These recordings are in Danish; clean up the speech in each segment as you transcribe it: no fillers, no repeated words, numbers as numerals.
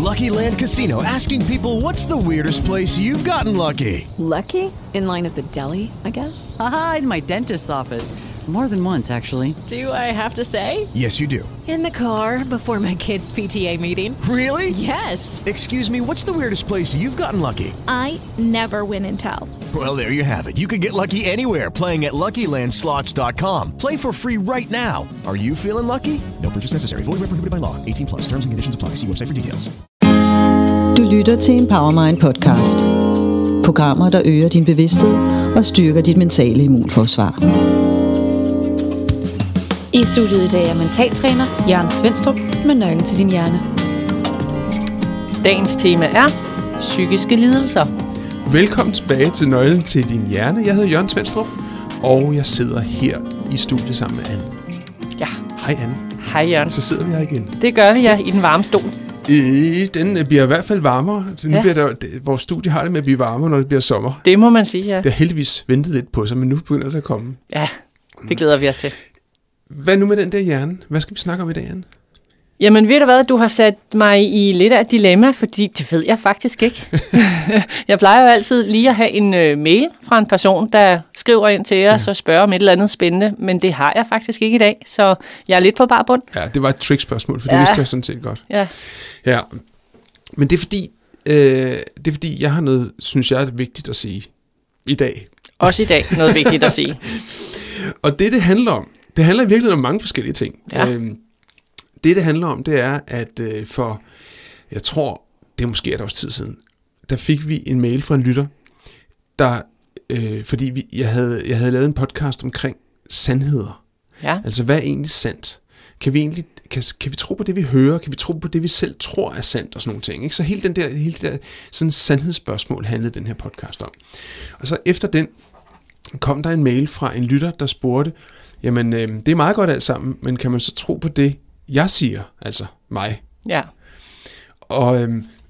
Lucky Land Casino, asking people, what's the weirdest place you've gotten lucky? Lucky? In line at the deli, I guess? Aha, in my dentist's office. More than once, actually. Do I have to say? Yes, you do. In the car before my kids' PTA meeting. Really? Yes. Excuse me, what's the weirdest place you've gotten lucky? I never win and tell. Well, there you have it. You can get lucky anywhere, playing at LuckyLandSlots.com. Play for free right now. Are you feeling lucky? No purchase necessary. Void where prohibited by law. 18 plus. Terms and conditions apply. See website for details. Du lytter til en Powermind podcast. Programmer, der øger din bevidsthed og styrker dit mentale immunforsvar. I studiet i dag er mentaltræner Jørgen Svendstrup med nøglen til din hjerne. Dagens tema er psykiske lidelser. Velkommen tilbage til Nøglen til din hjerne. Jeg hedder Jørgen Svendstrup, og jeg sidder her i studiet sammen med Anne. Ja. Hej Anne. Hej Jørgen. Så sidder vi her igen. Det gør vi, ja, i den varme stol. Den bliver i hvert fald varmere. Nu bliver vores studie har det med at blive varmere, når det bliver sommer. Det må man sige, ja. Det har heldigvis ventet lidt på sig, men nu begynder det at komme. Ja, det glæder vi os til. Hvad nu med den der hjerne? Hvad skal vi snakke om i dag, Anne? Jamen ved du hvad, du har sat mig i lidt af et dilemma, fordi det ved jeg faktisk ikke. Jeg plejer jo altid lige at have en mail fra en person, der skriver ind til os og spørger om et eller andet spændende, men det har jeg faktisk ikke i dag, så jeg er lidt på bar bund. Ja, det var et trickspørgsmål, for det vidste jeg sådan set godt. Ja. Men det er fordi, jeg har noget, synes jeg er vigtigt at sige i dag. Også i dag noget vigtigt at sige. Og det handler om, det handler i virkeligheden om mange forskellige ting. Ja. Det handler om, det er, at jeg tror, det er måske et års tid siden, der fik vi en mail fra en lytter, der, fordi jeg havde lavet en podcast omkring sandheder. Ja. Altså, hvad er egentlig sandt? Kan vi tro på det, vi hører? Kan vi tro på det, vi selv tror er sandt? Og sådan nogle ting. Ikke? Så hele det der sådan sandhedsspørgsmål handlede den her podcast om. Og så efter den kom der en mail fra en lytter, der spurgte, jamen, det er meget godt alt sammen, men kan man så tro på det, jeg siger, altså mig? Ja. Og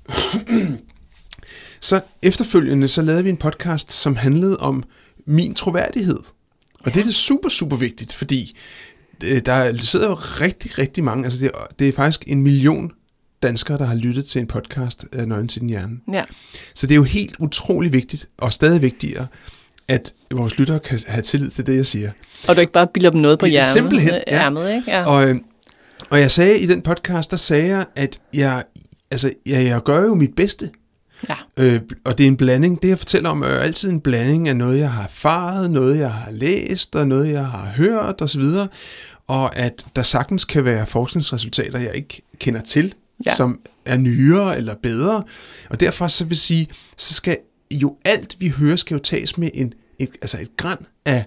så efterfølgende, så lavede vi en podcast, som handlede om min troværdighed. Og det er super, super vigtigt, fordi der sidder jo rigtig, rigtig mange, altså det er faktisk 1 million danskere, der har lyttet til en podcast af Nøglen til din hjerne. Ja. Så det er jo helt utrolig vigtigt, og stadig vigtigere, at vores lyttere kan have tillid til det, jeg siger. Og du ikke bare bilder dem noget på hjernen. Simpelthen, ja. Ærmet, ikke? Ja. Og jeg sagde i den podcast, der sagde jeg, at jeg gør jo mit bedste. Ja. Og det er en blanding. Det, jeg fortæller om, er jo altid en blanding af noget, jeg har erfaret, noget, jeg har læst, og noget, jeg har hørt, osv. Og at der sagtens kan være forskningsresultater, jeg ikke kender til, som er nyere eller bedre. Og derfor så vil sige, så skal jo alt, vi hører, skal jo tages med et gran af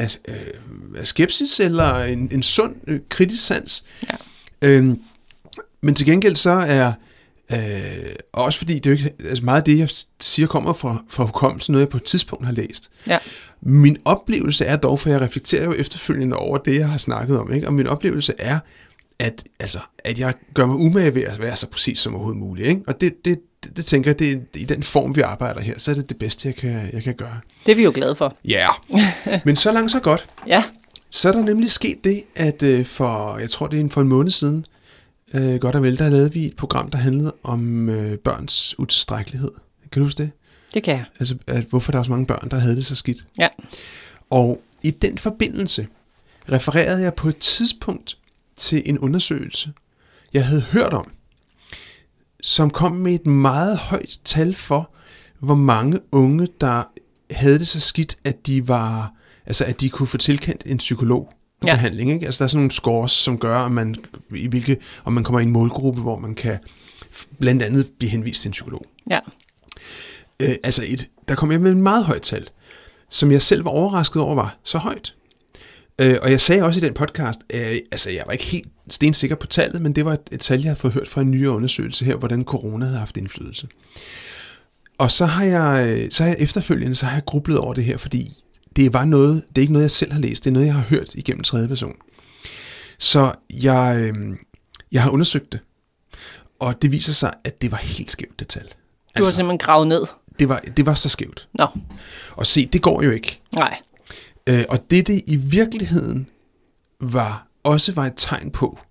skepsis eller en sund kritisk sans. Ja. Men til gengæld så er også fordi det er jo ikke, altså meget af det jeg siger kommer fra hukommelsen, noget jeg på et tidspunkt har læst. Ja. Min oplevelse er dog, for jeg reflekterer jo efterfølgende over det jeg har snakket om, ikke? Og min oplevelse er at jeg gør mig umage ved at være så præcis som overhovedet muligt, ikke? Og det tænker jeg, det er i den form, vi arbejder her, så er det bedste, jeg kan gøre. Det er vi jo glade for. Ja, men så langt så godt. Ja. Så er der nemlig sket det, at jeg tror det er for en måned siden, godt og vel, der lavede vi et program, der handlede om børns utilstrækkelighed. Kan du huske det? Det kan jeg. Altså, hvorfor der er så mange børn, der havde det så skidt. Ja. Og i den forbindelse refererede jeg på et tidspunkt til en undersøgelse, jeg havde hørt om, som kom med et meget højt tal for, hvor mange unge, der havde det så skidt, at de kunne få tilkendt en psykolog på behandling. Ikke? Altså der er sådan nogle scores, som gør, om man kommer i en målgruppe, hvor man kan blandt andet blive henvist til en psykolog. Ja. Der kom jeg med et meget højt tal, som jeg selv var overrasket over var så højt. Og jeg sagde også i den podcast, jeg var ikke helt stensikker på tallet, men det var et tal, jeg havde fået hørt fra en nyere undersøgelse her, hvordan corona havde haft indflydelse. Og så har jeg efterfølgende grublet over det her, fordi det er ikke noget, jeg selv har læst, det er noget, jeg har hørt igennem tredje person. Så jeg har undersøgt det, og det viser sig, at det var helt skævt, det tal. Du har simpelthen gravet ned. Det var så skævt. Nå. Og se, det går jo ikke. Nej. Og det i virkeligheden var et tegn på,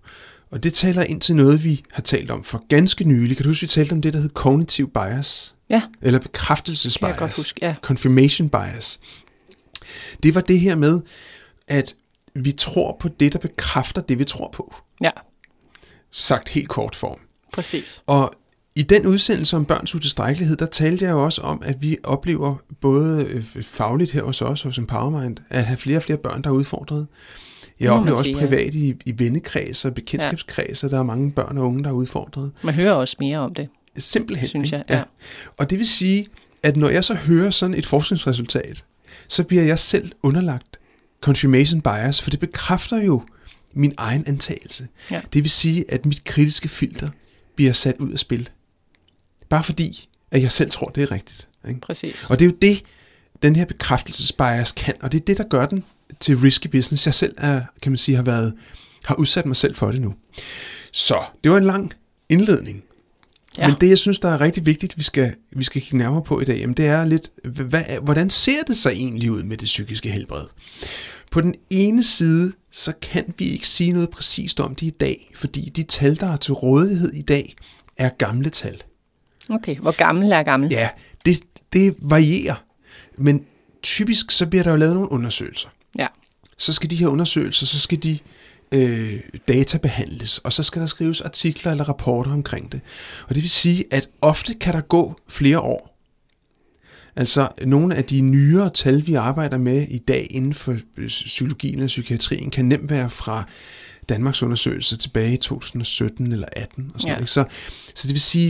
Og det taler ind til noget, vi har talt om for ganske nylig. Kan du huske, vi talte om det, der hed cognitive bias? Ja. Eller bekræftelsesbias. Kan jeg godt huske, ja. Confirmation bias. Det var det her med, at vi tror på det, der bekræfter det, vi tror på. Ja. Sagt helt kort form. Præcis. Og i den udsendelse om børns utilstrækkelighed, der talte jeg jo også om, at vi oplever både fagligt her hos os, hos Empowermind, at have flere og flere børn, der er udfordret. Jeg oplever også privat i vennekredser og bekendtskabskredser, der er mange børn og unge, der er udfordret. Man hører også mere om det. Simpelthen. Synes jeg, ja. Og det vil sige, at når jeg så hører sådan et forskningsresultat, så bliver jeg selv underlagt confirmation bias, for det bekræfter jo min egen antagelse. Ja. Det vil sige, at mit kritiske filter bliver sat ud af spil. Bare fordi, at jeg selv tror, det er rigtigt. Ikke? Præcis. Og det er jo det, den her bekræftelsesbias kan, og det er det, der gør den til risky business. Jeg selv er, kan man sige, har udsat mig selv for det nu. Så, det var en lang indledning. Ja. Men det, jeg synes, der er rigtig vigtigt, vi skal kigge nærmere på i dag, jamen, det er lidt, hvordan ser det sig egentlig ud med det psykiske helbred? På den ene side, så kan vi ikke sige noget præcist om det i dag, fordi de tal, der er til rådighed i dag, er gamle tal. Okay, hvor gammel er gammel? Ja, det varierer. Men typisk så bliver der jo lavet nogle undersøgelser. Ja. Så skal de her undersøgelser, så skal de data behandles, og så skal der skrives artikler eller rapporter omkring det. Og det vil sige, at ofte kan der gå flere år. Altså nogle af de nyere tal, vi arbejder med i dag inden for psykologien og psykiatrien, kan nemt være fra Danmarks undersøgelser tilbage i 2017 eller 18. Og sådan, ja. Så det vil sige,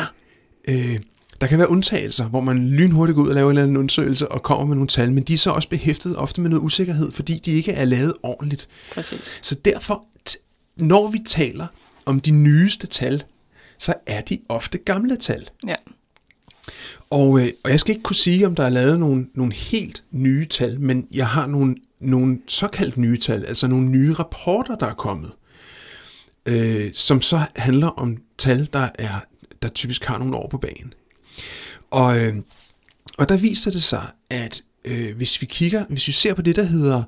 der kan være undtagelser, hvor man lynhurtigt går ud og laver en eller anden undersøgelse og kommer med nogle tal, men de er så også behæftet ofte med noget usikkerhed, fordi de ikke er lavet ordentligt. Præcis. Så derfor, når vi taler om de nyeste tal, så er de ofte gamle tal. Ja. Og jeg skal ikke kunne sige, om der er lavet nogle helt nye tal, men jeg har nogle såkaldt nye tal, altså nogle nye rapporter, der er kommet, som så handler om tal, der typisk har nogle år på banen. Og der viser det sig, at hvis vi ser på det, der hedder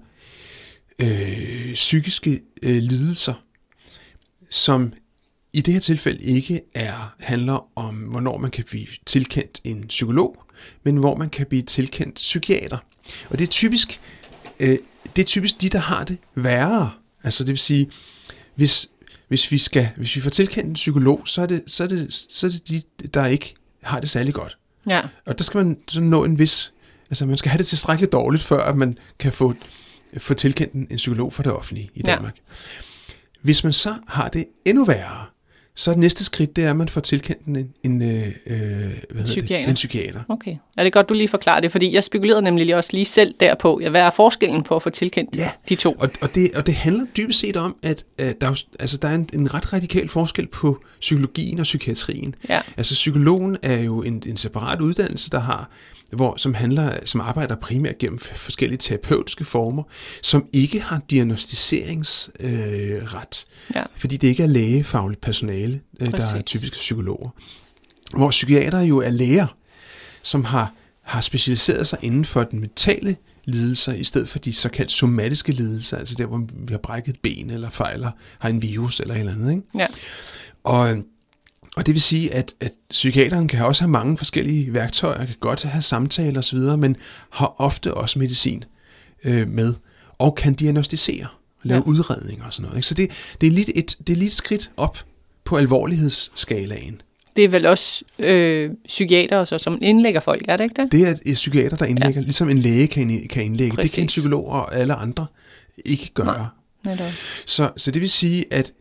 psykiske lidelser, som i det her tilfælde ikke handler om, hvornår man kan blive tilkendt en psykolog, men hvor man kan blive tilkendt psykiater. Og det er typisk de, der har det værre. Altså det vil sige, hvis vi får tilkendt en psykolog, så er det de, der ikke har det særlig godt. Ja. Og der skal man så nå en vis, altså man skal have det tilstrækkeligt dårligt, før at man kan få tilkendt en psykolog for det offentlige i Danmark. Ja. Hvis man så har det endnu værre, så er det næste skridt, det er, at man får tilkendt en psykiater. Okay. Er det godt, du lige forklarer det? Fordi jeg spekulerede nemlig også lige selv derpå. Hvad er forskellen på at få tilkendt de to? Og det handler dybest set om, at der er en ret radikal forskel på psykologien og psykiatrien. Ja. Altså psykologen er jo en separat uddannelse, som arbejder primært gennem forskellige terapeutiske former, som ikke har diagnostiseringsret, fordi det ikke er lægefagligt personale, der er typiske psykologer. Hvor psykiater jo er læger, som har specialiseret sig inden for den mentale lidelser, i stedet for de såkaldt somatiske lidelser, altså der, hvor vi har brækket ben eller fejler, har en virus eller et eller andet. Ikke? Ja. Og det vil sige, at psykiateren kan også have mange forskellige værktøjer, kan godt have samtaler osv., men har ofte også medicin med, og kan diagnostisere, lave udredninger og sådan noget. Ikke? Så det er lige et skridt op på alvorlighedsskalaen. Det er vel også psykiater, så, som indlægger folk, er det ikke det? Det er et psykiater, der indlægger, ligesom en læge kan indlægge. Præcis. Det kan en psykolog og alle andre ikke gøre. Nej. Så det vil sige, at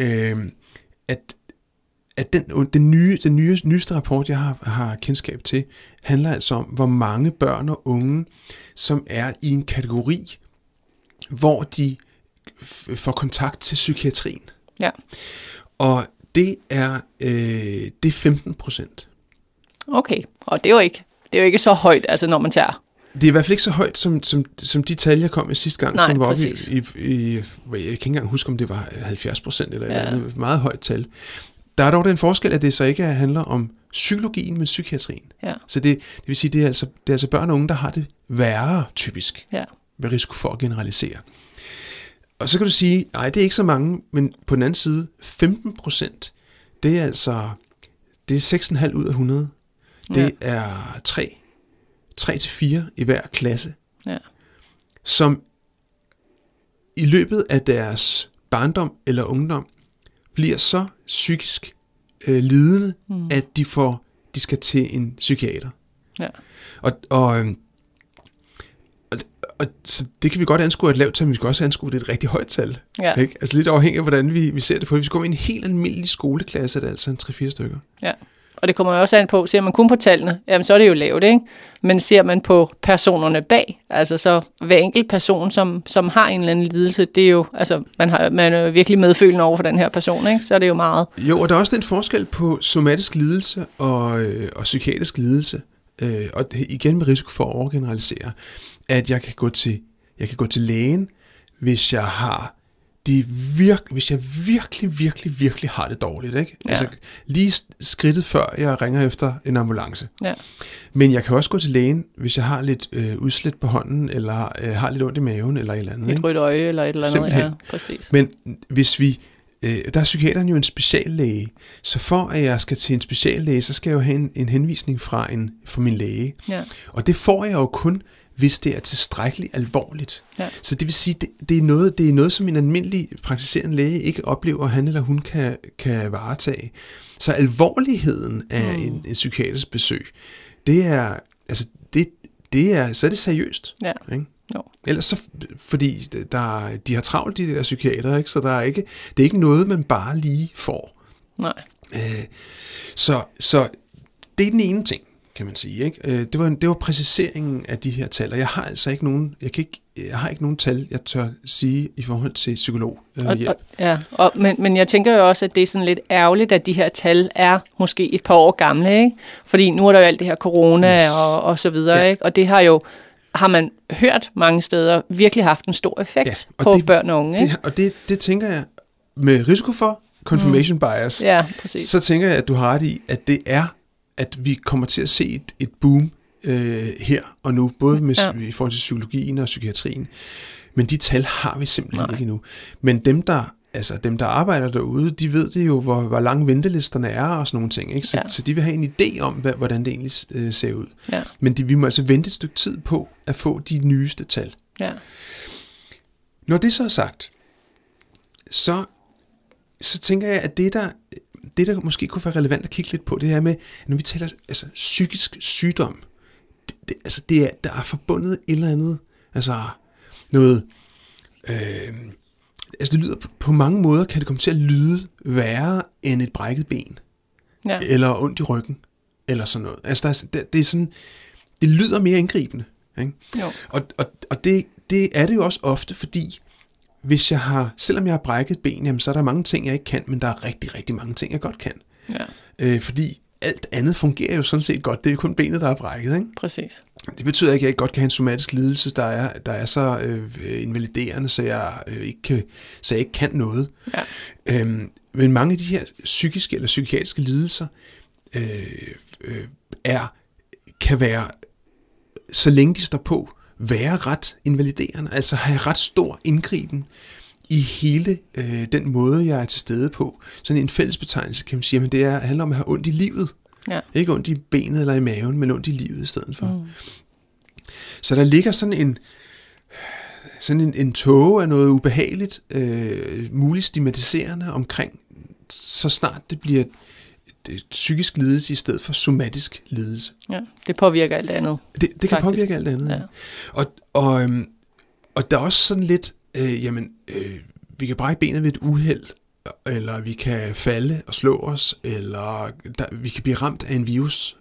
den nyeste rapport, jeg har kendskab til, handler altså om, hvor mange børn og unge, som er i en kategori, hvor de får kontakt til psykiatrien. Ja. Og det er 15%. Okay, og det er jo ikke så højt, altså når man tager. Det er i hvert fald ikke så højt, som de tal, jeg kom med sidste gang, som var oppe i jeg kan ikke engang huske, om det var 70% eller andet meget højt tal. Der er dog den forskel, at det så ikke handler om psykologien, men psykiatrien. Ja. Så det vil sige, det er altså børn og unge, der har det værre typisk, med risiko for at generalisere. Og så kan du sige, nej, det er ikke så mange, men på den anden side, 15%, det er altså, det er 6,5 ud af 100. Det er 3-4 i hver klasse, som i løbet af deres barndom eller ungdom bliver så psykisk lidende, at de skal til en psykiater. Ja. Og så det kan vi godt anskue et lavt tal, men vi skal også anskue det et rigtig højt tal. Ja. Ikke? Altså lidt afhængig af, hvordan vi ser det på. Hvis vi går med en helt almindelig skoleklasse, er det altså en 3-4 stykker. Ja, og det kommer jo også an på, ser man kun på tallene, jamen så er det jo lavt, ikke? Men ser man på personerne bag, altså så hver enkelt person, som har en eller anden lidelse, det er jo, altså man er virkelig medfølende over for den her person, ikke? Så er det jo meget. Jo, og der er også den forskel på somatisk lidelse og psykiatrisk lidelse, og igen med risiko for at overgeneralisere, at jeg kan gå til lægen, hvis jeg har hvis jeg virkelig har det dårligt, ikke? Ja. Altså lige skridtet før jeg ringer efter en ambulance. Ja. Men jeg kan også gå til lægen, hvis jeg har lidt udslæt på hånden, eller har lidt ondt i maven, eller et eller andet. Et rødt øje, eller et eller andet. Simpelthen. Ja, præcis. Men hvis der er psykiateren jo en speciallæge, så for at jeg skal til en speciallæge, så skal jeg jo have en henvisning fra min læge. Ja. Og det får jeg jo kun, hvis det er tilstrækkeligt alvorligt. Ja. Så det vil sige, det er noget, som en almindelig praktiserende læge ikke oplever, han eller hun kan varetage. Så alvorligheden af en psykiatrisk besøg, det er, altså så er det seriøst. Ja. Ikke? Jo. Ellers så, fordi de har travlt, de der psykiater, ikke? Så det er ikke noget, man bare lige får. Nej. Så det er den ene ting, kan man sige, ikke? Det var præciseringen af de her tal, og jeg har altså ikke nogen, jeg har ikke nogen tal, jeg tør sige i forhold til psykologhjælp. Men jeg tænker jo også, at det er sådan lidt ærgerligt, at de her tal er måske et par år gamle, ikke? Fordi nu er der jo alt det her corona og så videre, ikke? Og det har man hørt mange steder virkelig haft en stor effekt på børn og unge, ikke? Og det tænker jeg, med risiko for confirmation bias, så tænker jeg, at du har ret i, at det er, at vi kommer til at se et boom her og nu, både i forhold til psykologien og psykiatrien. Men de tal har vi simpelthen ikke endnu. Men dem, der arbejder derude, de ved det jo, hvor lange ventelisterne er og sådan nogle ting. Ikke? Så de vil have en idé om, hvordan det egentlig ser ud. Ja. Men vi må altså vente et stykke tid på at få de nyeste tal. Ja. Når det så er sagt, så tænker jeg, at det der måske kunne være relevant at kigge lidt på, det er med, når vi taler altså psykisk sygdom, der er forbundet et eller andet, altså noget, det lyder på mange måder, kan det komme til at lyde værre end et brækket ben, eller ondt i ryggen, eller sådan noget. Altså det er sådan, det lyder mere indgribende, ikke? Jo. Og det er det jo også ofte, fordi selvom jeg har brækket ben, jamen, så er der mange ting, jeg ikke kan, men der er rigtig, rigtig mange ting, jeg godt kan. Ja. Fordi alt andet fungerer jo sådan set godt. Det er jo kun benet, der er brækket, ikke? Præcis. Det betyder ikke, at jeg ikke godt kan have en somatisk lidelse, der er så invaliderende, så jeg ikke kan noget. Ja. Men mange af de her psykiske eller psykiatriske lidelser kan være, så længe de står på, være ret invaliderende, altså have ret stor indgriben i hele den måde, jeg er til stede på. Sådan en fællesbetegnelse, kan man sige, men det handler om at have ondt i livet. Ja. Ikke ondt i benet eller i maven, men ondt i livet i stedet for. Mm. Så der ligger sådan en tåge af noget ubehageligt, muligt stigmatiserende omkring, så snart det bliver psykisk lidelse i stedet for somatisk lidelse. Ja, det påvirker alt andet. Det kan påvirke alt andet. Ja. Og der er også sådan lidt, vi kan brække benet ved et uheld, eller vi kan falde og slå os, eller vi kan blive ramt af en virus.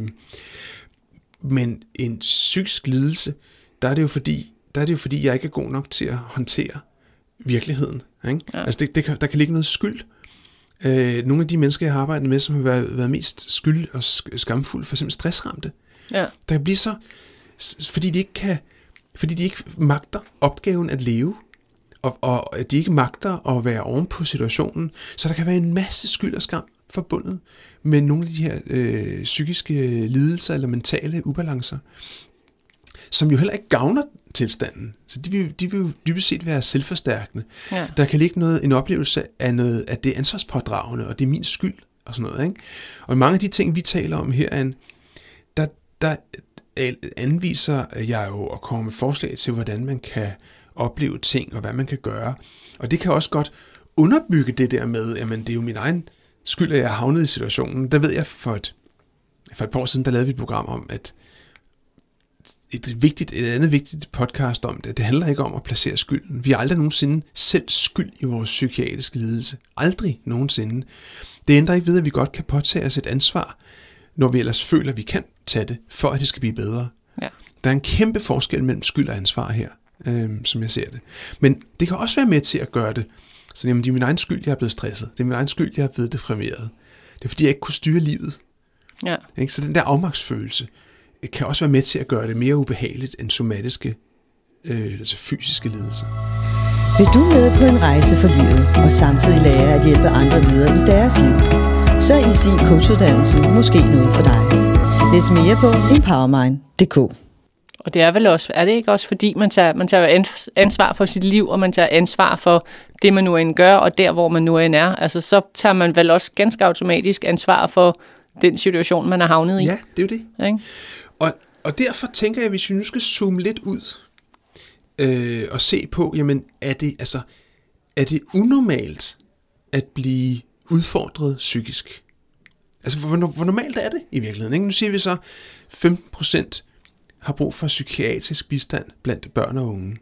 Men en psykisk lidelse, der er det jo fordi, jeg ikke er god nok til at håndtere virkeligheden. Ikke? Ja. Altså der kan ligge noget skyld. Nogle af de mennesker, jeg har arbejdet med, som har været mest skyld og skamfulde, for eksempel stressramte, der kan blive så, fordi de ikke magter opgaven at leve, og at de ikke magter at være oven på situationen, så der kan være en masse skyld og skam forbundet med nogle af de her psykiske lidelser eller mentale ubalancer, som jo heller ikke gavner tilstanden. Så de vil jo dybest set være selvforstærkende. Ja. Der kan ligge en oplevelse af noget, at det er ansvarspådragende, og det er min skyld, og sådan noget. Ikke? Og mange af de ting, vi taler om her, der anviser jeg jo at komme med forslag til, hvordan man kan opleve ting, og hvad man kan gøre. Og det kan også godt underbygge det der med, jamen det er jo min egen skyld, at jeg har havnet i situationen. Der ved jeg, for et par år siden, der lavede vi et program om, at et andet vigtigt podcast om det handler ikke om at placere skylden. Vi har aldrig nogensinde selv skyld i vores psykiatriske lidelse. Aldrig nogensinde. Det ændrer ikke ved, at vi godt kan påtage os et ansvar, når vi ellers føler, at vi kan tage det, for at det skal blive bedre. Ja. Der er en kæmpe forskel mellem skyld og ansvar her, som jeg ser det. Men det kan også være med til at gøre det. Så jamen, det er min egen skyld, jeg er blevet stresset. Det er min egen skyld, jeg er blevet deprimeret. Det er fordi, jeg ikke kunne styre livet. Ja. Ikke? Så den der afmagtsfølelse kan også være med til at gøre det mere ubehageligt end somatiske, altså fysiske lidelser. Vil du med på en rejse for livet og samtidig lære at hjælpe andre videre i deres liv? Så er Easy Coach-uddannelsen måske noget for dig. Læs mere på empowermind.dk. Og det er vel også, er det ikke også fordi, man tager ansvar for sit liv, og man tager ansvar for det, man nu end gør, og der, hvor man nu end er. Altså, så tager man vel også ganske automatisk ansvar for den situation, man er havnet i. Ja, det er jo det. Ja, ikke? Og derfor tænker jeg, hvis vi nu skal zoome lidt ud og se på, jamen, er det unormalt at blive udfordret psykisk? Altså, hvor normalt er det i virkeligheden? Ikke? Nu siger vi så, 15% har brug for psykiatrisk bistand blandt børn og unge.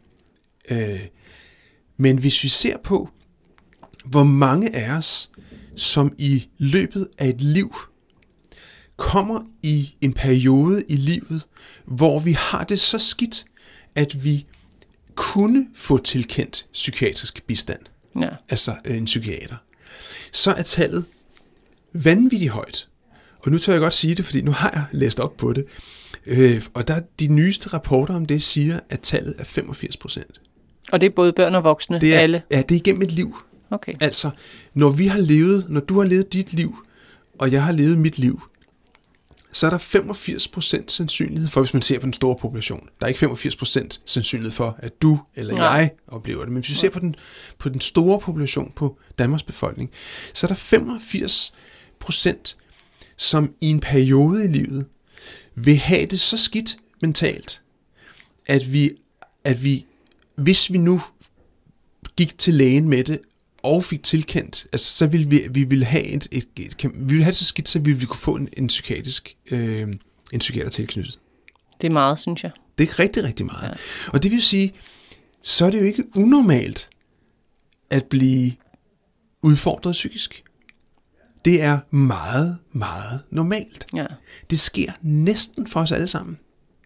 Men hvis vi ser på, hvor mange af os, som i løbet af et liv kommer i en periode i livet, hvor vi har det så skidt, at vi kunne få tilkendt psykiatrisk bistand, altså en psykiater, så er tallet vanvittigt højt. Og nu tør jeg godt sige det, fordi nu har jeg læst op på det. Og der de nyeste rapporter om det siger, at tallet er 85%. Og det er både børn og voksne, det er, alle? Ja, det er igennem et liv. Okay. Altså, når du har levet dit liv, og jeg har levet mit liv, så er der 85% sandsynlighed for, hvis man ser på den store population. Der er ikke 85% sandsynlighed for, at du eller jeg oplever det. Men hvis vi ser på den store population på Danmarks befolkning, så er der 85%, som i en periode i livet vil have det så skidt mentalt, at vi hvis vi nu gik til lægen med det, og fik tilkendt, altså så ville vi ville have vi ville have det så skidt, så ville vi kunne få en psykiater tilknyttet. Det er meget, synes jeg. Det er rigtig, rigtig meget. Ja. Og det vil sige, så er det jo ikke unormalt at blive udfordret psykisk. Det er meget, meget normalt. Ja. Det sker næsten for os alle sammen.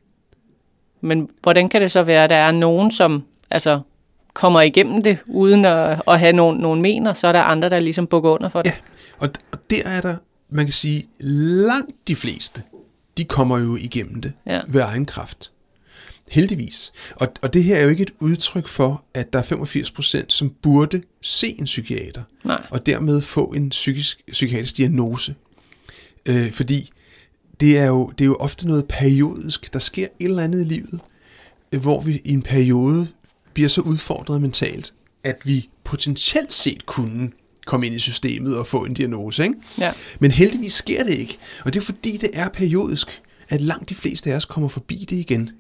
Men hvordan kan det så være, at der er nogen, som kommer igennem det, uden at have nogen mener, så er der andre, der ligesom bukker under for det? Ja, og der er der, man kan sige, langt de fleste, de kommer jo igennem det ved egen kraft. Heldigvis. Og det her er jo ikke et udtryk for, at der er 85%, som burde se en psykiater, og dermed få en psykiatrisk diagnose. Fordi det er jo ofte noget periodisk. Der sker et eller andet i livet, hvor vi i en periode bliver så udfordret mentalt, at vi potentielt set kunne komme ind i systemet og få en diagnose. Ikke? Ja. Men heldigvis sker det ikke. Og det er fordi, det er periodisk, at langt de fleste af os kommer forbi det igen.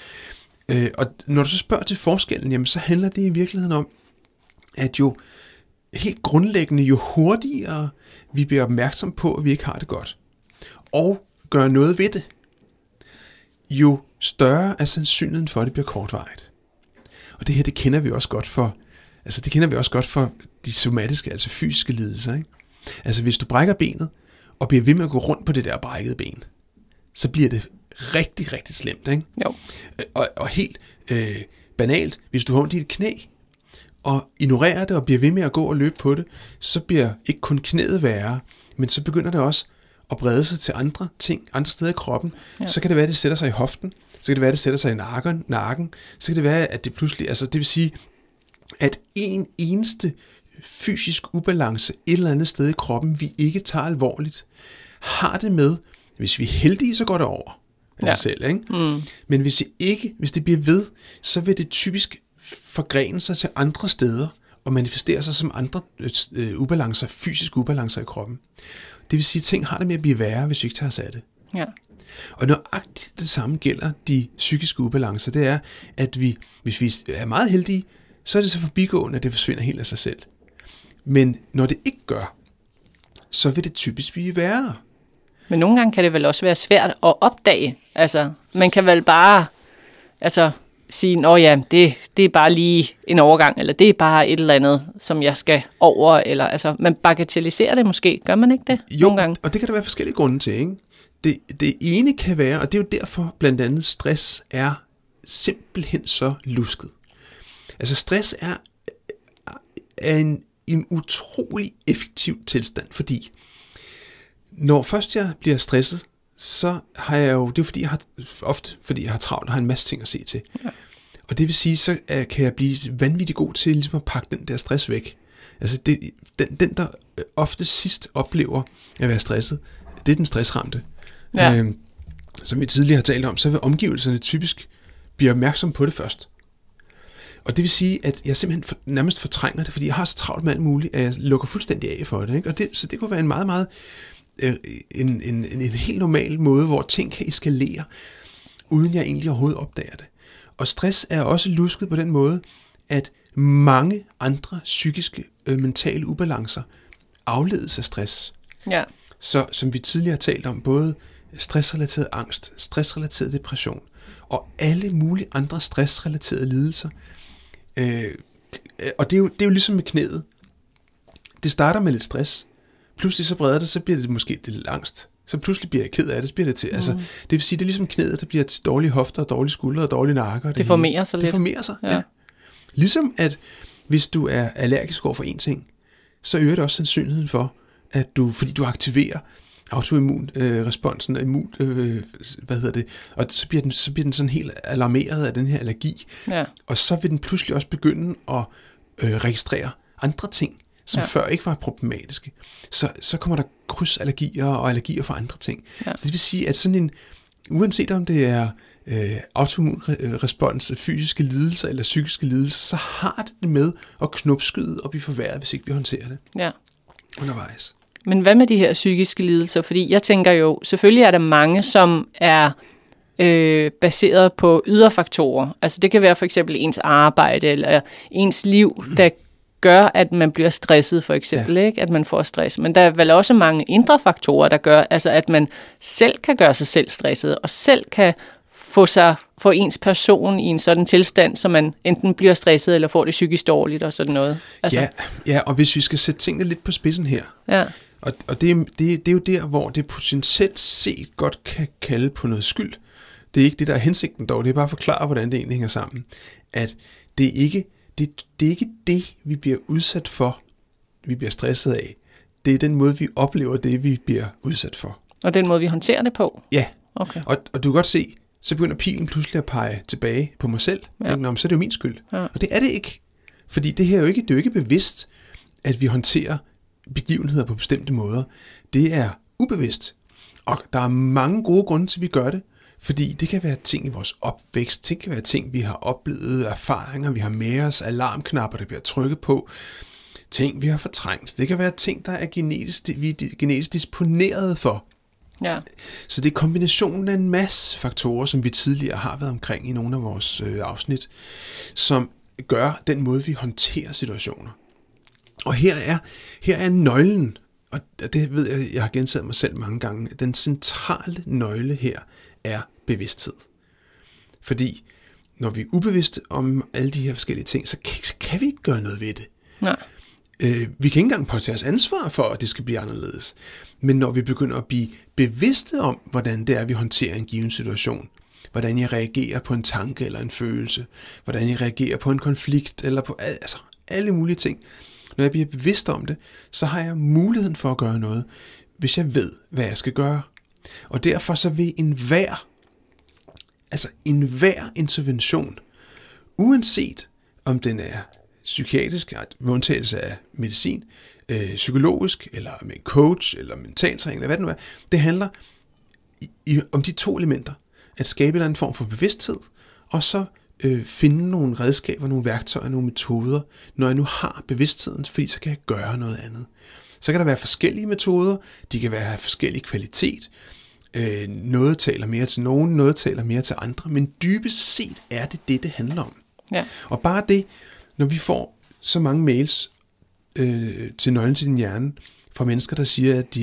Og når du så spørger til forskellen, jamen, så handler det i virkeligheden om, at jo helt grundlæggende, jo hurtigere vi bliver opmærksom på, at vi ikke har det godt, og gør noget ved det, jo større er sandsynligheden for, at det bliver kortvarigt. Og det her, det kender vi også godt for de somatiske, altså fysiske lidelser. Ikke? Altså hvis du brækker benet, og bliver ved med at gå rundt på det der brækkede ben, så bliver det rigtig, rigtig slemt. Ikke? Jo. Og helt banalt, hvis du har ondt i et knæ, og ignorerer det, og bliver ved med at gå og løbe på det, så bliver ikke kun knæet værre, men så begynder det også at brede sig til andre ting, andre steder i kroppen. Ja. Så kan det være, at det sætter sig i hoften, så kan det være, at det sætter sig i nakken, så kan det være, at det pludselig, altså det vil sige, at en eneste fysisk ubalance et eller andet sted i kroppen, vi ikke tager alvorligt, har det med, hvis vi er heldige, så går det over. af sig selv. Ikke? Men hvis det bliver ved, så vil det typisk forgrene sig til andre steder, og manifestere sig som andre ubalancer, fysiske ubalancer i kroppen. Det vil sige, at ting har det med at blive værre, hvis vi ikke tager os af det. Ja. Og nøjagtigt det samme gælder de psykiske ubalancer. Det er, at hvis vi er meget heldige, så er det så forbigående, at det forsvinder helt af sig selv. Men når det ikke gør, så vil det typisk blive værre. Men nogle gange kan det vel også være svært at opdage. Altså, man kan vel bare sige, det er bare lige en overgang, eller det er bare et eller andet, som jeg skal over, eller man bagatelliserer det måske. Gør man ikke det nogle gange? Og det kan der være forskellige grunde til, ikke? Det ene kan være, og det er jo derfor blandt andet stress er simpelthen så lusket. Altså stress er en utrolig effektiv tilstand, fordi når først jeg bliver stresset, så har jeg jo, det er fordi jeg har travlt og har en masse ting at se til. Ja. Og det vil sige, så kan jeg blive vanvittigt god til ligesom at pakke den der stress væk. Altså den der ofte sidst oplever at være stresset, det er den stressramte. Ja. Som vi tidligere har talt om, så vil omgivelserne typisk blive opmærksom på det først. Og det vil sige, at jeg simpelthen nærmest fortrænger det, fordi jeg har så travlt med alt muligt, at jeg lukker fuldstændig af for det. Ikke? Og så det kunne være en meget, meget en helt normal måde, hvor ting kan eskalere, uden jeg egentlig overhovedet opdager det. Og stress er også lusket på den måde, at mange andre psykiske, mentale ubalancer afledes af stress. Ja. Så som vi tidligere har talt om, både stressrelateret angst, stressrelateret depression og alle mulige andre stressrelaterede lidelser. Og det er jo ligesom med knæet. Det starter med lidt stress. Pludselig så breder det, så bliver det måske lidt angst. Så pludselig bliver jeg ked af det, så bliver det til. Altså, det vil sige, det er ligesom knæet, der bliver til dårlige hofter, dårlige skuldre og dårlige nakker. Det formerer sig lidt. Det formerer sig, ja. Ligesom at hvis du er allergisk over for en ting, så øger det også sandsynligheden for, at fordi du aktiverer autoimmunresponsen og og så bliver den sådan helt alarmeret af den her allergi. Ja. Og så vil den pludselig også begynde at registrere andre ting, som før ikke var problematiske. Så kommer der krydsallergier og allergier for andre ting. Ja. Så det vil sige, at sådan uanset om det er autoimmunrespons, fysiske lidelser eller psykiske lidelser, så har det med at knopskyde og blive forværret, hvis ikke vi håndterer det undervejs. Men hvad med de her psykiske lidelser? Fordi jeg tænker jo, selvfølgelig er der mange, som er baseret på ydre faktorer. Altså det kan være for eksempel ens arbejde eller ens liv, der gør, at man bliver stresset for eksempel, ikke? At man får stress. Men der er vel også mange indre faktorer, der gør, altså at man selv kan gøre sig selv stresset, og selv kan få ens person i en sådan tilstand, så man enten bliver stresset, eller får det psykisk dårligt og sådan noget. Altså. Ja, og hvis vi skal sætte tingene lidt på spidsen her, og det er jo der, hvor det potentielt set godt kan kalde på noget skyld. Det er ikke det, der er hensigten dog, det er bare at forklare, hvordan det egentlig hænger sammen. At det er ikke det, vi bliver udsat for, vi bliver stresset af. Det er den måde, vi oplever det, vi bliver udsat for. Og den måde, vi håndterer det på? Ja, okay. Og du kan godt se, så begynder pilen pludselig at pege tilbage på mig selv. Ja. Så er det jo min skyld. Ja. Og det er det ikke. Fordi det er jo ikke bevidst, at vi håndterer begivenheder på bestemte måder. Det er ubevidst. Og der er mange gode grunde til, at vi gør det. Fordi det kan være ting i vores opvækst, det kan være ting, vi har oplevet, erfaringer, vi har med os, alarmknapper, der bliver trykket på, ting, vi har fortrængt. Det kan være ting, der er genetisk disponeret for. Ja. Så det er kombinationen af en masse faktorer, som vi tidligere har været omkring i nogle af vores afsnit, som gør den måde, vi håndterer situationer. Og her er nøglen, og det ved jeg har gentaget mig selv mange gange, den centrale nøgle her er bevidsthed. Fordi når vi er ubevidste om alle de her forskellige ting, så kan vi ikke gøre noget ved det. Nej. Vi kan ikke engang påtage os ansvar for, at det skal blive anderledes. Men når vi begynder at blive bevidste om, hvordan det er, vi håndterer en given situation, hvordan jeg reagerer på en tanke eller en følelse, hvordan jeg reagerer på en konflikt, eller på alle mulige ting. Når jeg bliver bevidst om det, så har jeg muligheden for at gøre noget, hvis jeg ved, hvad jeg skal gøre. Og derfor så vil enhver intervention, uanset om den er psykiatrisk, med undtagelse af medicin, psykologisk, eller med en coach, eller mentaltræning, eller hvad det nu er, det handler om de to elementer. at skabe en eller anden form for bevidsthed, og så finde nogle redskaber, nogle værktøjer, nogle metoder, når jeg nu har bevidstheden, fordi så kan jeg gøre noget andet. Så kan der være forskellige metoder, de kan have forskellig kvalitet, noget taler mere til nogen, noget taler mere til andre, men dybest set er det handler om. Ja. Og bare det, når vi får så mange mails til Nøglen til din hjerne, fra mennesker, der siger, at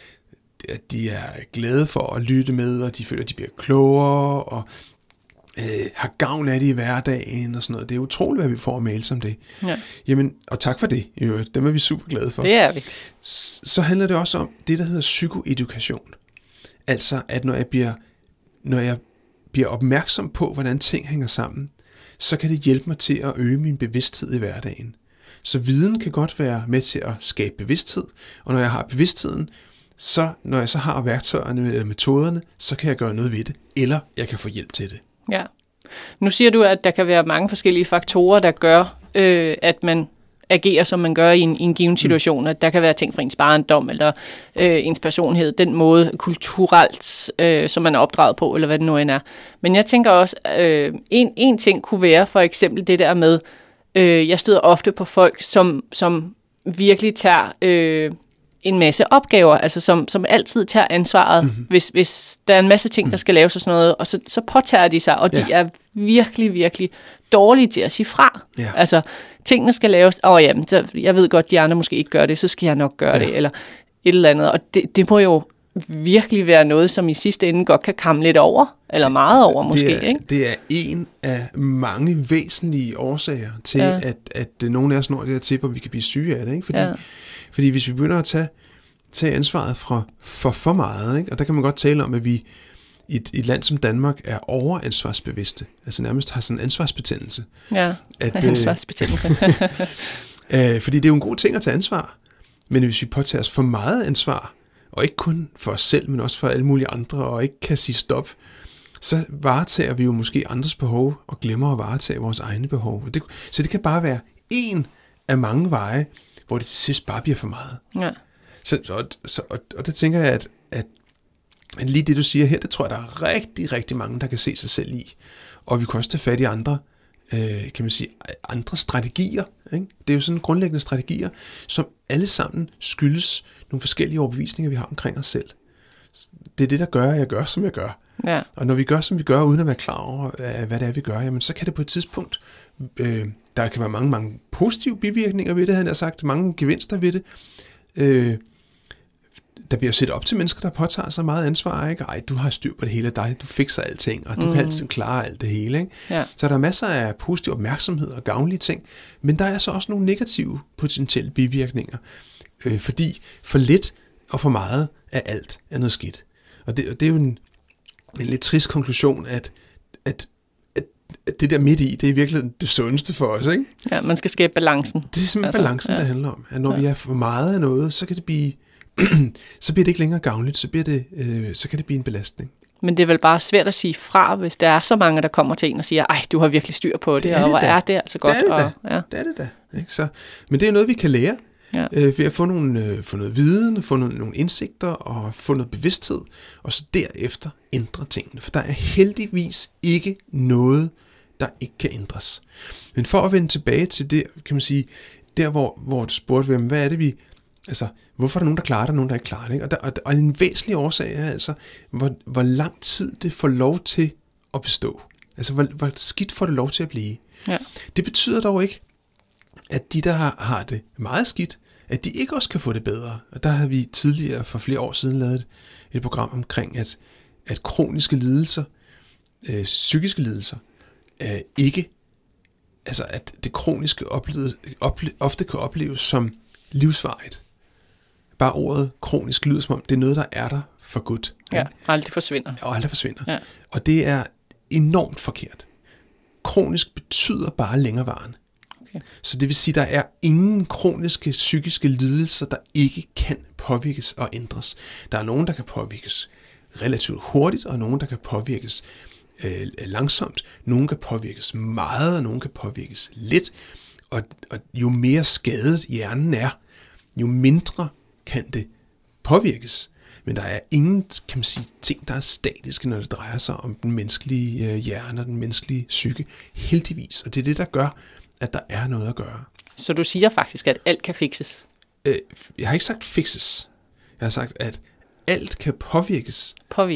de er glade for at lytte med, og de føler, at de bliver klogere, og har gavn af det i hverdagen, og sådan noget. Det er utroligt, hvad vi får mails om det. Ja. Jamen, og tak for det. Dem er vi super glade for. Det er vi. Så handler det også om det, der hedder psykoedukation. Altså, at når jeg bliver opmærksom på, hvordan ting hænger sammen, så kan det hjælpe mig til at øge min bevidsthed i hverdagen. Så viden kan godt være med til at skabe bevidsthed, og når jeg har bevidstheden, så når jeg så har værktøjerne eller metoderne, så kan jeg gøre noget ved det, eller jeg kan få hjælp til det. Ja. Nu siger du, at der kan være mange forskellige faktorer, der gør, at man agerer, som man gør i en given situation. At der kan være ting fra ens barndom, eller ens personlighed, den måde kulturelt, som man er opdraget på, eller hvad det nu end er. Men jeg tænker også, en ting kunne være for eksempel det der med, jeg støder ofte på folk, som virkelig tager en masse opgaver, altså som altid tager ansvaret, hvis der er en masse ting, der skal laves og sådan noget, og så påtager de sig, og de er virkelig, virkelig dårlige til at sige fra. Ja. Altså, tingene skal laves, jamen, jeg ved godt, de andre måske ikke gør det, så skal jeg nok gøre det, eller et eller andet, og det må jo virkelig være noget, som i sidste ende godt kan kamme lidt over, eller meget over måske, ikke? Det er en af mange væsentlige årsager til, at nogle af os når det til, hvor vi kan blive syge af det, ikke? Fordi hvis vi begynder at tage ansvaret for meget, ikke? Og der kan man godt tale om, at vi i et land som Danmark er overansvarsbevidste, altså nærmest har sådan en ansvarsbetændelse. Ja, ansvarsbetændelse. Fordi det er jo en god ting at tage ansvar, men hvis vi påtager os for meget ansvar, og ikke kun for os selv, men også for alle mulige andre, og ikke kan sige stop, så varetager vi jo måske andres behov, og glemmer at varetage vores egne behov. Så det kan bare være en af mange veje, hvor det til sidst bare bliver for meget. Ja. Og der tænker jeg, at lige det, du siger her, det tror jeg, der er rigtig, rigtig mange, der kan se sig selv i. Og vi kan også tage fat i andre, kan man sige, andre strategier. Ikke? Det er jo sådan grundlæggende strategier, som alle sammen skyldes nogle forskellige overbevisninger, vi har omkring os selv. Det er det, der gør, at jeg gør, som jeg gør. Ja. Og når vi gør, som vi gør, uden at være klar over, hvad det er, vi gør, jamen, så kan det på et tidspunkt, der kan være mange positive bivirkninger ved det, han har sagt, mange gevinster ved det. Der bliver set op til mennesker, der påtager sig meget ansvar, ikke? Ej, du har styr på det hele af dig, du fikser alting, og du kan altid klare alt det hele, ikke? Ja. Så der er masser af positiv opmærksomhed og gavnlige ting, men der er så også nogle negative potentielle bivirkninger, fordi for lidt og for meget af alt er noget skidt. Og det er jo en lidt trist konklusion, at det der midt i, det er virkelig det sundeste for os, ikke? Ja, man skal skabe balancen. Det er simpelthen balancen, der handler om. At når vi er for meget af noget, så kan det blive så bliver det ikke længere gavnligt, så kan det blive en belastning. Men det er vel bare svært at sige fra, hvis der er så mange, der kommer til en og siger, ej, du har virkelig styr på det, og hvor er det altså godt. Det er det da. Ikke? Så, men det er noget, vi kan lære ved at få noget viden, få nogle indsigter og få noget bevidsthed, og så derefter ændre tingene. For der er heldigvis ikke noget, der ikke kan ændres. Men for at vende tilbage til det, kan man sige, der hvor du spurgte, hvad er det vi... Altså, hvorfor er der nogen, der klarer det, og nogen, der ikke klarer det? Ikke? Og en væsentlig årsag er altså, hvor lang tid det får lov til at bestå. Altså, hvor skidt får det lov til at blive. Ja. Det betyder dog ikke, at de, der har det meget skidt, at de ikke også kan få det bedre. Og der har vi tidligere for flere år siden lavet et program omkring, at kroniske lidelser, psykiske lidelser, ikke, altså at det kroniske ofte kan opleves som livsvarigt. Bare ordet kronisk lyder som om, det er noget, der er der for godt. Ja, aldrig forsvinder. Og aldrig forsvinder. Ja. Og det er enormt forkert. Kronisk betyder bare længerevarende. Okay. Så det vil sige, der er ingen kroniske psykiske lidelser, der ikke kan påvirkes og ændres. Der er nogen, der kan påvirkes relativt hurtigt, og nogen, der kan påvirkes langsomt. Nogen kan påvirkes meget, og nogen kan påvirkes lidt. Og jo mere skadet hjernen er, jo mindre kan det påvirkes. Men der er ingen, kan man sige, ting, der er statiske, når det drejer sig om den menneskelige hjerne og den menneskelige psyke. Heldigvis. Og det er det, der gør, at der er noget at gøre. Så du siger faktisk, at alt kan fikses? Jeg har ikke sagt fikses. Jeg har sagt, at alt kan påvirkes.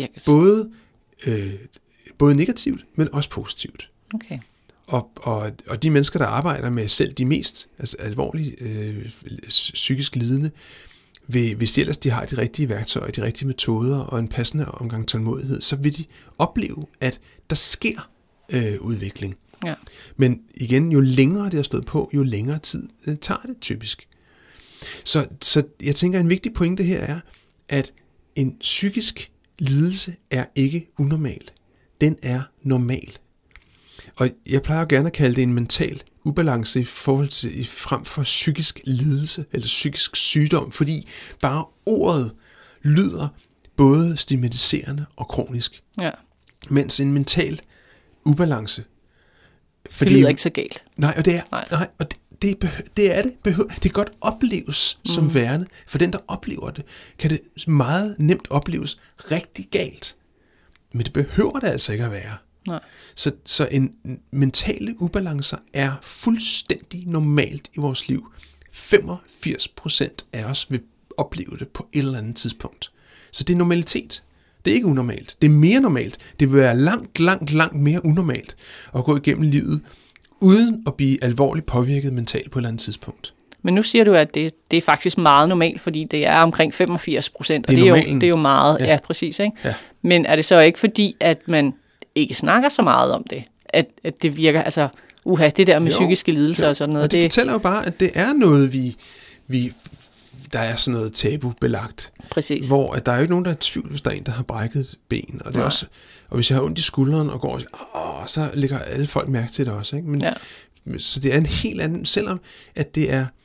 Både negativt, men også positivt. Okay. Og de mennesker, der arbejder med selv de mest alvorlige psykisk lidende, hvis ellers de har de rigtige værktøjer, de rigtige metoder og en passende omgang tålmodighed, så vil de opleve, at der sker udvikling. Ja. Men igen, jo længere det har stået på, jo længere tid tager det typisk. Så jeg tænker, en vigtig pointe her er, at en psykisk lidelse er ikke unormal. Den er normal. Og jeg plejer gerne at kalde det en mental ubalance i forhold til frem for psykisk lidelse eller psykisk sygdom, fordi bare ordet lyder både stigmatiserende og kronisk. Ja. Mens en mental ubalance, det lyder ikke så galt. Nej, og det er det kan godt opleves som værende. For den, der oplever det, kan det meget nemt opleves rigtig galt. Men det behøver det altså ikke at være. Nej. Så en mentale ubalancer er fuldstændig normalt i vores liv. 85% af os vil opleve det på et eller andet tidspunkt. Så det er normalitet. Det er ikke unormalt. Det er mere normalt. Det vil være langt mere unormalt at gå igennem livet uden at blive alvorligt påvirket mentalt på et eller andet tidspunkt. Men nu siger du, at det er faktisk meget normalt, fordi det er omkring 85%, og det er jo meget, ja præcis, ikke? Ja. Men er det så ikke fordi, at man ikke snakker så meget om det? At det virker, altså, det der med psykiske lidelser og sådan noget. Og det fortæller jo bare, at det er noget, der er sådan noget tabubelagt. Præcis. Hvor at der er jo ikke nogen, der er i tvivl, hvis der er en, der har brækket et ben. Og, det er også, og hvis jeg har ondt i skulderen og går og siger, så lægger alle folk mærke til det også. Ikke? Men, så det er en helt anden, selvom at det er,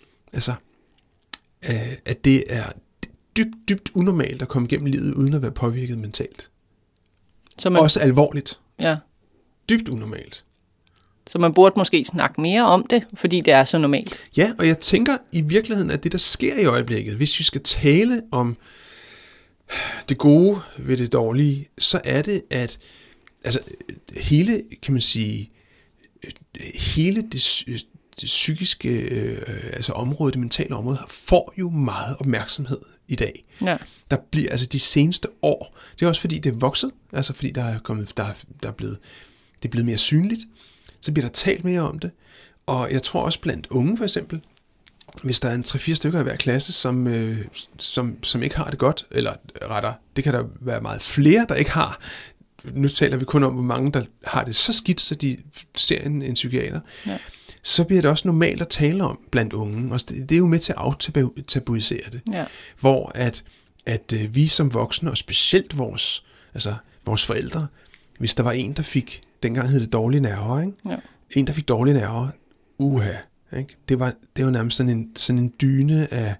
at det er dybt unormalt at komme igennem livet, uden at være påvirket mentalt. Så man, også alvorligt. Ja. Dybt unormalt. Så man burde måske snakke mere om det, fordi det er så normalt. Ja, og jeg tænker i virkeligheden, at det, der sker i øjeblikket, hvis vi skal tale om det gode ved det dårlige, så er det, at hele, kan man sige, hele det psykiske område, det mentale område, får jo meget opmærksomhed i dag. Ja. Der bliver de seneste år, det er også fordi det er vokset, fordi det er blevet mere synligt. Så bliver der talt mere om det. Og jeg tror også blandt unge for eksempel, hvis der er 3-4 stykker i hver klasse, som ikke har det godt, eller rettere, det kan der være meget flere, der ikke har. Nu taler vi kun om, hvor mange, der har det så skidt, så de ser en psykiater. Ja. Så bliver det også normalt at tale om blandt unge. Og det er jo med til at aftabuisere det. Ja. Hvor at vi som voksne, og specielt vores forældre, hvis der var en, der fik, dengang hed det dårlige nerver, ikke? Ja. En, der fik dårlige nerver, ikke? Det var nærmest sådan en dyne af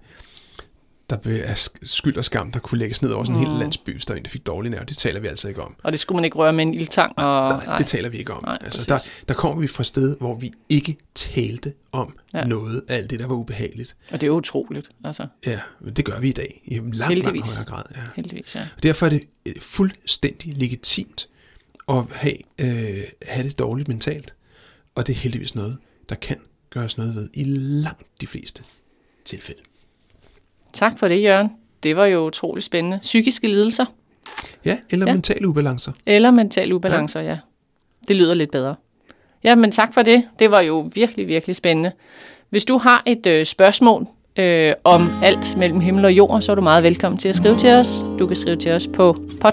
skyld og skam, der kunne lægges ned over sådan en hel landsby, hvis der var en, der fik dårlige nerver. Det taler vi altså ikke om. Og det skulle man ikke røre med en ildtang? Nej, det taler vi ikke om. Nej, der kommer vi fra et sted, hvor vi ikke talte om noget af alt det, der var ubehageligt. Og det er utroligt. Ja, men det gør vi i dag i langt højere grad. Ja. Heldigvis, ja. Og derfor er det fuldstændig legitimt at have det dårligt mentalt. Og det er heldigvis noget, der kan gøres noget ved i langt de fleste tilfælde. Tak for det, Jørgen. Det var jo utroligt spændende. Psykiske lidelser. Ja, eller mentale ubalancer. Eller mentale ubalancer, ja. Det lyder lidt bedre. Ja, men tak for det. Det var jo virkelig, virkelig spændende. Hvis du har et spørgsmål om alt mellem himmel og jord, så er du meget velkommen til at skrive til os. Du kan skrive til os på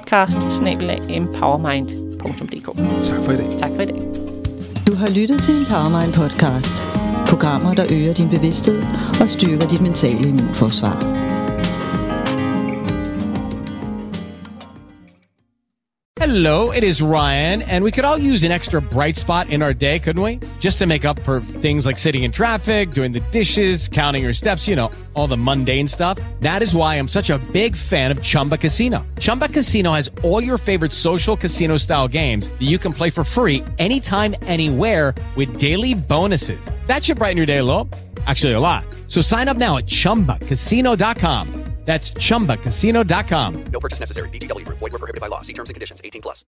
podcast@empowermind.dk. Tak for i dag. Tak for i dag. Du har lyttet til Empowermind podcast. Programmer, der øger din bevidsthed og styrker dit mentale immunforsvar. Hello, it is Ryan, and we could all use an extra bright spot in our day, couldn't we? Just to make up for things like sitting in traffic, doing the dishes, counting your steps, all the mundane stuff. That is why I'm such a big fan of Chumba Casino. Chumba Casino has all your favorite social casino-style games that you can play for free anytime, anywhere with daily bonuses. That should brighten your day a little. Actually, a lot. So sign up now at ChumbaCasino.com. That's ChumbaCasino.com. No purchase necessary. VGW Group. Void where prohibited by law. See terms and conditions. 18+.